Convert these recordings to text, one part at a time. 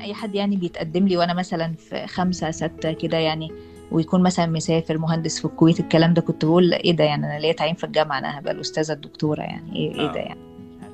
اي حد يعني بيتقدم لي وانا مثلا في 5 6 كده يعني، ويكون مثلا مسافر مهندس في الكويت، الكلام ده كنت بقول ايه ده يعني، انا ليا تعيين في الجامعه، انا هبقى الاستاذه الدكتوره يعني، ايه ده اه. يعني.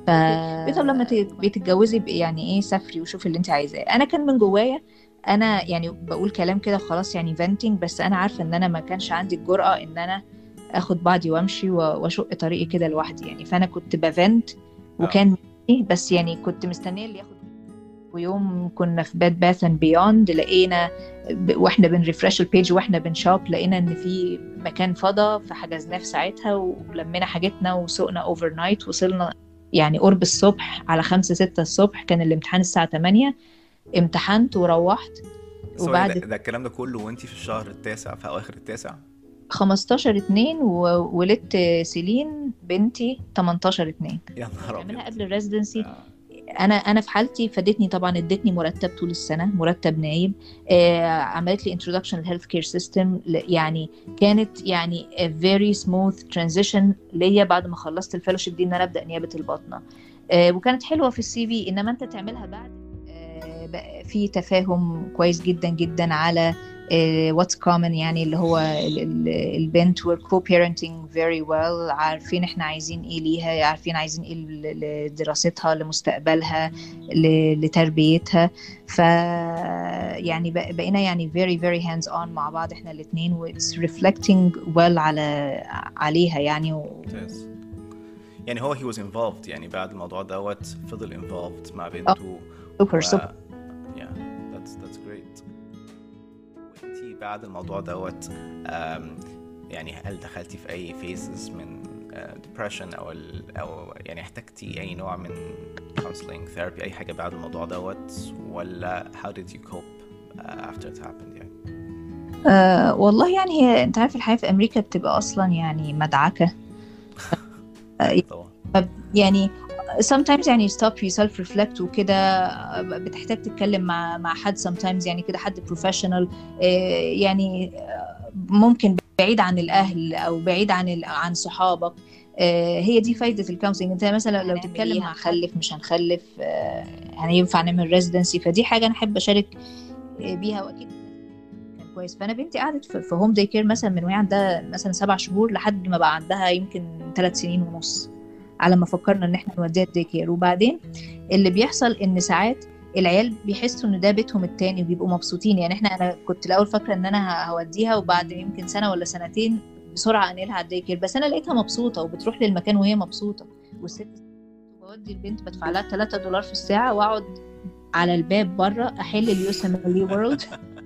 طب لما بتتجوزي يعني ايه، سافري وشوفي اللي انت عايزاه. انا كان من جوايا، انا يعني بقول كلام كده خلاص يعني فانتنج، بس انا عارفه ان انا ما كانش عندي الجرأة ان انا اخد بعضي وامشي واشق طريقي كده لوحدي يعني، فانا كنت بفنت اه. وكان بس يعني كنت مستنيه اللي ياخد. ويوم كنا في باد باث اند بيوند، لقينا واحنا بنريفرش البيج واحنا بنشوب، لقينا ان في مكان فضى، فحجزناه في ساعتها ولمينا حاجتنا وسوقنا اوفر نايت، وصلنا يعني قرب الصبح على 5 6 الصبح، كان الامتحان الساعة 8، امتحنت وروحت. ثواني، ده, وبعد ده الكلام ده كله وانتي في الشهر التاسع، في اواخر التاسع؟ 15/2 وولدت سيلين بنتي 18/2. يا نهار بتعملها ابيض. قبل الريزيدنسي. آه. انا في حالتي فادتني طبعا، ادتني مرتب طول السنه، مرتب نايب، عملت لي introduction للهيلث كير سيستم يعني. كانت يعني a very smooth transition ليا بعد ما خلصت الفellowship دي، ان انا ابدا نيابه الباطنه. وكانت حلوه في السي في، انما انت تعملها بعد بقى في تفاهم كويس جدا جدا على what's common يعني، اللي هو البنت we're co-parenting very well، عارفين احنا عايزين ايه ليها، عارفين عايزين ايه لدراستها، لمستقبلها، لتربيتها. ف يعني بقينا يعني very very hands on مع بعض احنا الاثنين، و it's reflecting well عليها يعني ممتاز. يعني هو he was involved، يعني بعد الموضوع دوت فضل involved مع بنته. super و super. yeah, that's great. وانتي بعد الموضوع دوت، يعني هل دخلتي في اي phases من depression او يعني احتجتي اي نوع من counseling therapy، اي حاجة بعد الموضوع دوت، ولا how did you cope after it happened يعني؟ والله يعني هي انت عارف الحياة في امريكا بتبقى اصلا يعني مدعكة. ايوه طبعا. يعني sometimes يعني stop yourself reflect وكده، بتحتاج تتكلم مع حد sometimes يعني كده، حد professional، يعني ممكن بعيد عن الأهل أو بعيد عن صحابك. هي دي فايدة الكونسلنج. انت مثلا لو تتكلم مع خلف مش هنخلف، هنينفع نعمل ريزيدنسي، فدي حاجة أنا أحب أشارك بيها، وأكيد كان كويس. فأنا بنتي قعدت في هوم داي كير مثلا من وهي عندها مثلا 7 شهور لحد ما بقى عندها يمكن 3 سنين ونص، على ما فكرنا ان احنا نوديها الدي كير. وبعدين اللي بيحصل ان ساعات العيال بيحسوا ان ده بيتهم التاني وبيبقوا مبسوطين يعني. انا كنت الاول فاكره ان انا هوديها، وبعد يمكن سنه ولا سنتين بسرعه انقلها على الدي كير، بس انا لقيتها مبسوطه وبتروح للمكان وهي مبسوطه. والست بودي البنت بدفع لها $3 في الساعه، واقعد على الباب بره احل اليوسملي وورلد.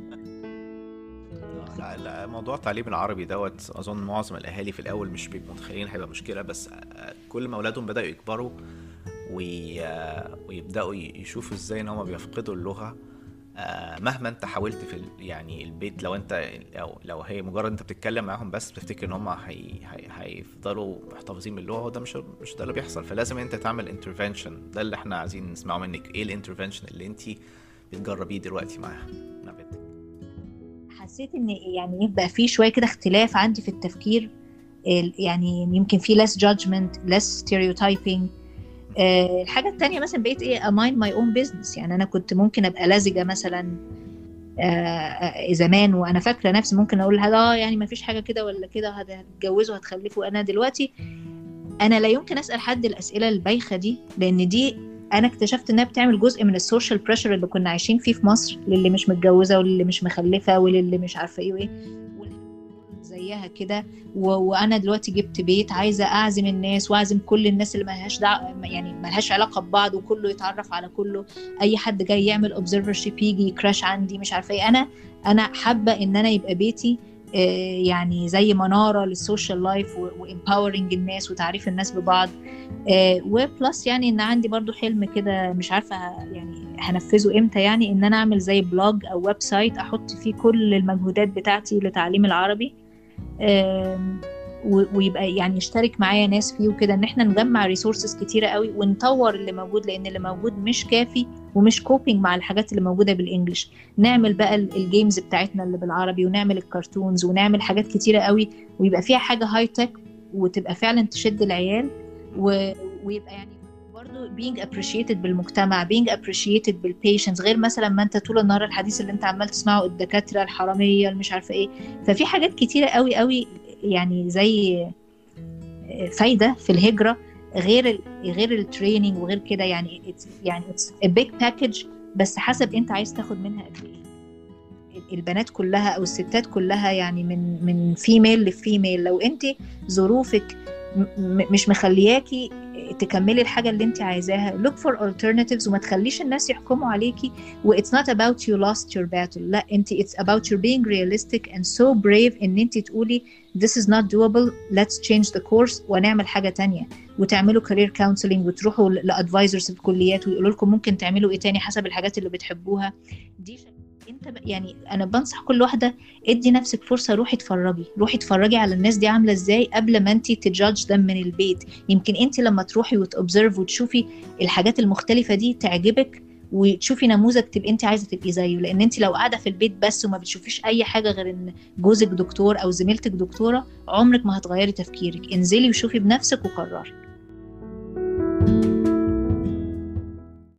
لا لا، موضوع التعليم العربي دوت اظن معظم الاهالي في الاول مش بيبقوا متخيلين هيبقى مشكله، بس كل ما اولادهم بداوا يكبروا ويبداوا يشوفوا ازاي ان هم بيفقدوا اللغه، مهما انت حاولت في يعني البيت، لو انت لو هي مجرد انت بتتكلم معاهم بس بتفتكر ان هم هيفضلوا محتفظين باللغه، وده مش ده اللي بيحصل. فلازم انت تعمل انترفنشن، ده اللي احنا عايزين نسمعه منك. ايه الانترفنشن اللي انت بتجربيه دلوقتي معاها مع بنتك؟ حسيت ان يعني يبقى في شويه كده اختلاف عندي في التفكير، يعني يمكن في less judgment less stereotyping. الحاجة التانية مثلا بقيت ايه mind my own business يعني. انا كنت ممكن ابقى لزجة مثلا زمان، وانا فاكرة نفسي ممكن اقول لها يعني ما فيش حاجة كده ولا كده، هتتجوزوا هتخلفوا. انا دلوقتي انا لا يمكن اسأل حد الاسئلة البايخة دي، لان دي انا اكتشفت انها بتعمل جزء من السوشيال بريشر اللي كنا عايشين فيه في مصر، للي مش متجوزة وللي مش مخلفة وللي مش عارفة ايه وايه زيها كده. وانا دلوقتي جبت بيت، عايزه اعزم الناس واعزم كل الناس اللي ملهاش يعني ملهاش علاقه ببعض، وكله يتعرف على كله. اي حد جاي يعمل اوبزرفرشيب يجي يكراش عندي مش عارفه ايه. انا حابه ان انا يبقى بيتي يعني زي مناره للسوشيال لايف وامباورنج الناس وتعريف الناس ببعض. وبلس يعني ان عندي برضو حلم كده مش عارفه يعني هنفذه امتى، يعني ان انا اعمل زي بلوج او ويب سايت احط فيه كل المجهودات بتاعتي لتعليم العربي، ويبقى يعني يشترك معايا ناس فيه وكده، ان احنا نجمع ريسورسز كتيرة قوي ونطور اللي موجود، لان اللي موجود مش كافي ومش كوبينج مع الحاجات اللي موجودة بالانجلش. نعمل بقى الجيمز بتاعتنا اللي بالعربي، ونعمل الكرتونز، ونعمل حاجات كتيرة قوي، ويبقى فيها حاجة هاي تك وتبقى فعلا تشد العيال، ويبقى يعني برضو being appreciated بالمجتمع، being appreciated بالpatients، غير مثلا ما انت طول النهار الحديث اللي انت عمال تسمعه الدكاترة الحرامية مش عارفة ايه. ففي حاجات كتيرة قوي قوي يعني زي فايدة في الهجرة غير التريننج وغير كده. يعني it's a big package، بس حسب انت عايز تاخد منها قد ايه. البنات كلها او الستات كلها يعني من فيميل لفيميل، لو انت ظروفك مش مخلياكي تكملي الحاجة اللي انت عايزاها look for alternatives، وما تخليش الناس يحكموا عليكي و it's not about you lost your battle. لا، انت it's about you being realistic and so brave ان انت تقولي this is not doable, let's change the course ونعمل حاجة تانية، وتعملوا career counseling وتروحوا لادفايزرز في الكليات ويقولوا لكم ممكن تعملوا ايه تاني حسب الحاجات اللي بتحبوها. دي انت يعني انا بنصح كل واحده ادي نفسك فرصه، روحي اتفرجي على الناس دي عامله ازاي قبل ما انت تجادج ده من البيت. يمكن انت لما تروحي وتobserve وتشوفي الحاجات المختلفه دي تعجبك وتشوفي نموذج تبقي انت عايزه تبقي زيه. لان انت لو قاعده في البيت بس وما بتشوفيش اي حاجه غير ان جوزك دكتور او زميلتك دكتوره، عمرك ما هتغيري تفكيرك. انزلي وشوفي بنفسك وقرري.